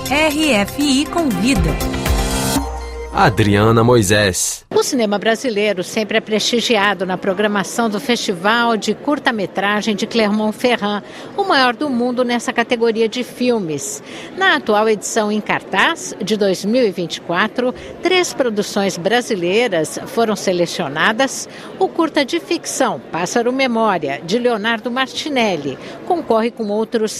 RFI Convida. Adriana Moisés. O cinema brasileiro sempre é prestigiado na programação do Festival de Curta-Metragem de Clermont-Ferrand, o maior do mundo nessa categoria de filmes. Na atual edição em cartaz, de 2024, 3 produções brasileiras foram selecionadas. O curta de ficção Pássaro Memória, de Leonardo Martinelli, concorre com outros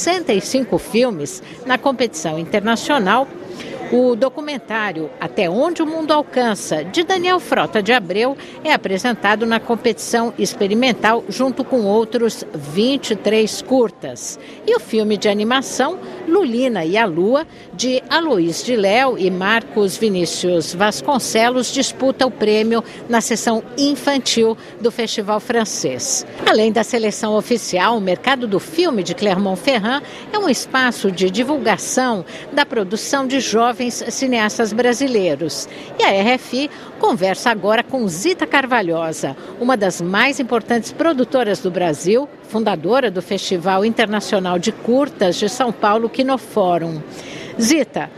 65 filmes na competição internacional. O documentário Até Onde o Mundo Alcança, de Daniel Frota de Abreu, é apresentado na competição experimental junto com outros 23 curtas. E o filme de animação Lulina e a Lua, de Aloís de Léo e Marcos Vinícius Vasconcelos, disputa o prêmio na seção infantil do Festival francês. Além da seleção oficial, o mercado do filme de Clermont-Ferrand é um espaço de divulgação da produção de jovens cineastas brasileiros. E a RFI conversa agora com Zita Carvalhosa, uma das mais importantes produtoras do Brasil, fundadora do Festival Internacional de Curtas de São Paulo, Kinofórum. Zita,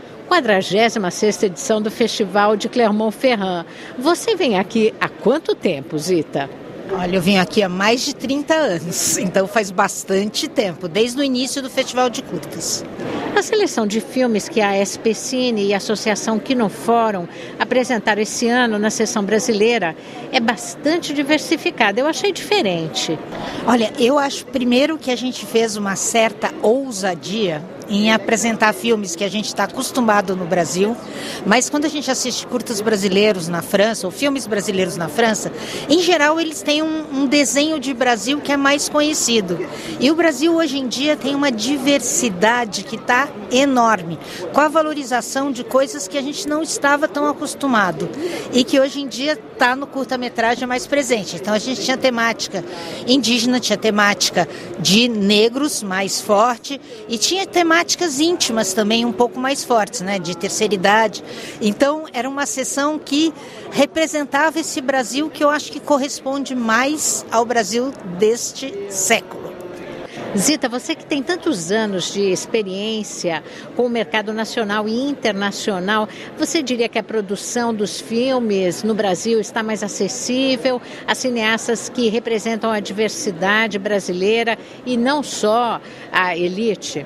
46ª edição do Festival de Clermont-Ferrand. Você vem aqui há quanto tempo, Zita? Olha, eu vim aqui há mais de 30 anos, então faz bastante tempo, desde o início do Festival de Curtas. A seleção de filmes que a SPCine e a Associação Kinofórum apresentaram esse ano na seção brasileira é bastante diversificada. Eu achei diferente. Olha, eu acho primeiro que a gente fez uma certa ousadia em apresentar filmes que a gente está acostumado no Brasil, mas quando a gente assiste curtas brasileiros na França, ou filmes brasileiros na França, em geral eles têm um desenho de Brasil que é mais conhecido. E o Brasil hoje em dia tem uma diversidade que está enorme, com a valorização de coisas que a gente não estava tão acostumado e que hoje em dia está no curta-metragem mais presente. Então a gente tinha temática indígena, tinha temática de negros mais forte e tinha temáticas íntimas também um pouco mais fortes, né, de terceira idade. Então era uma sessão que representava esse Brasil que eu acho que corresponde mais ao Brasil deste século. Zita, você que tem tantos anos de experiência com o mercado nacional e internacional, você diria que a produção dos filmes no Brasil está mais acessível a cineastas que representam a diversidade brasileira e não só a elite?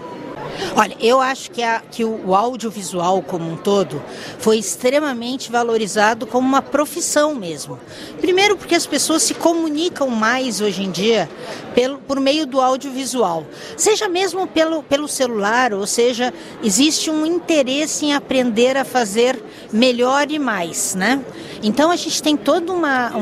Olha, eu acho que o audiovisual como um todo foi extremamente valorizado como uma profissão mesmo. Primeiro porque as pessoas se comunicam mais hoje em dia por meio do audiovisual. Seja mesmo pelo celular, ou seja, existe um interesse em aprender a fazer melhor e mais, né? Então a gente tem toda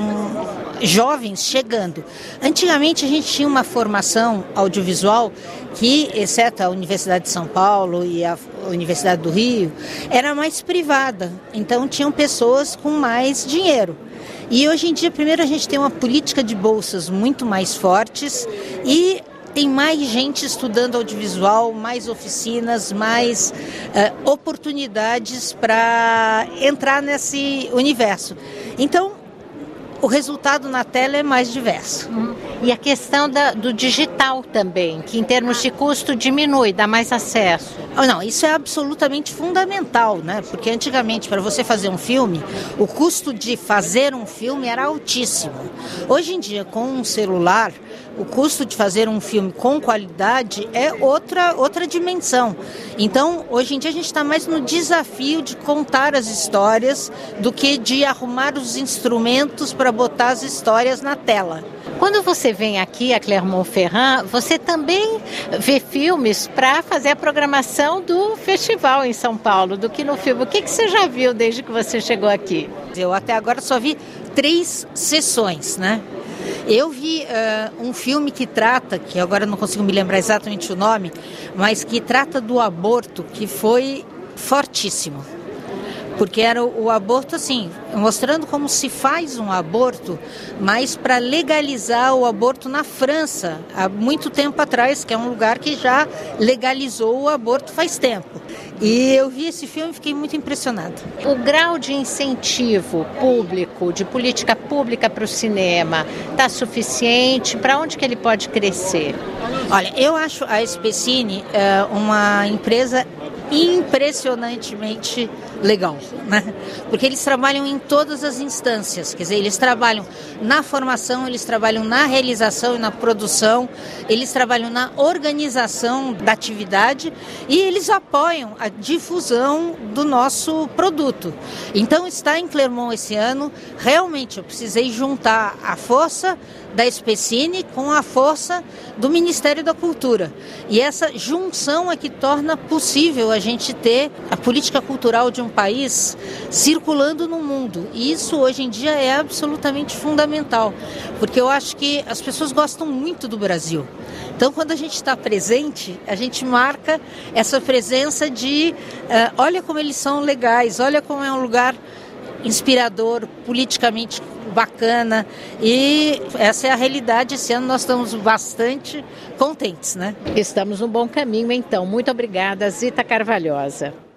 jovens chegando. Antigamente a gente tinha uma formação audiovisual que, exceto a Universidade de São Paulo e a Universidade do Rio, era mais privada. Então tinham pessoas com mais dinheiro. E hoje em dia, primeiro, a gente tem uma política de bolsas muito mais fortes e tem mais gente estudando audiovisual, mais oficinas, mais oportunidades para entrar nesse universo. Então, o resultado na tela é mais diverso. E a questão do digital também, que em termos de custo diminui, dá mais acesso. Não, isso é absolutamente fundamental, né? Porque antigamente, para você fazer um filme, o custo de fazer um filme era altíssimo. Hoje em dia, com um celular, o custo de fazer um filme com qualidade é outra dimensão. Então, hoje em dia, a gente está mais no desafio de contar as histórias do que de arrumar os instrumentos para botar as histórias na tela. Quando você vem aqui a Clermont-Ferrand, você também vê filmes para fazer a programação do festival em São Paulo, do Kinofilme. O que você já viu desde que você chegou aqui? Eu até agora só vi 3 sessões, né? Eu vi um filme que trata, que agora não consigo me lembrar exatamente o nome, mas que trata do aborto, que foi fortíssimo. Porque era o aborto, assim, mostrando como se faz um aborto, mas para legalizar o aborto na França, há muito tempo atrás, que é um lugar que já legalizou o aborto faz tempo. E eu vi esse filme e fiquei muito impressionada. O grau de incentivo público, de política pública para o cinema, está suficiente? Para onde que ele pode crescer? Olha, eu acho a SPCine uma empresa impressionantemente legal, né? Porque eles trabalham em todas as instâncias, quer dizer, eles trabalham na formação, eles trabalham na realização e na produção, eles trabalham na organização da atividade e eles apoiam a difusão do nosso produto. Então, estar em Clermont esse ano, realmente eu precisei juntar a força da Especine com a força do Ministério da Cultura. E essa junção é que torna possível a gente ter a política cultural de um país circulando no mundo. E isso hoje em dia é absolutamente fundamental, porque eu acho que as pessoas gostam muito do Brasil. Então, quando a gente está presente, a gente marca essa presença de olha como eles são legais, olha como é um lugar inspirador, politicamente bacana, e essa é a realidade. Esse ano nós estamos bastante contentes, né? Estamos no bom caminho, então. Muito obrigada, Zita Carvalhosa.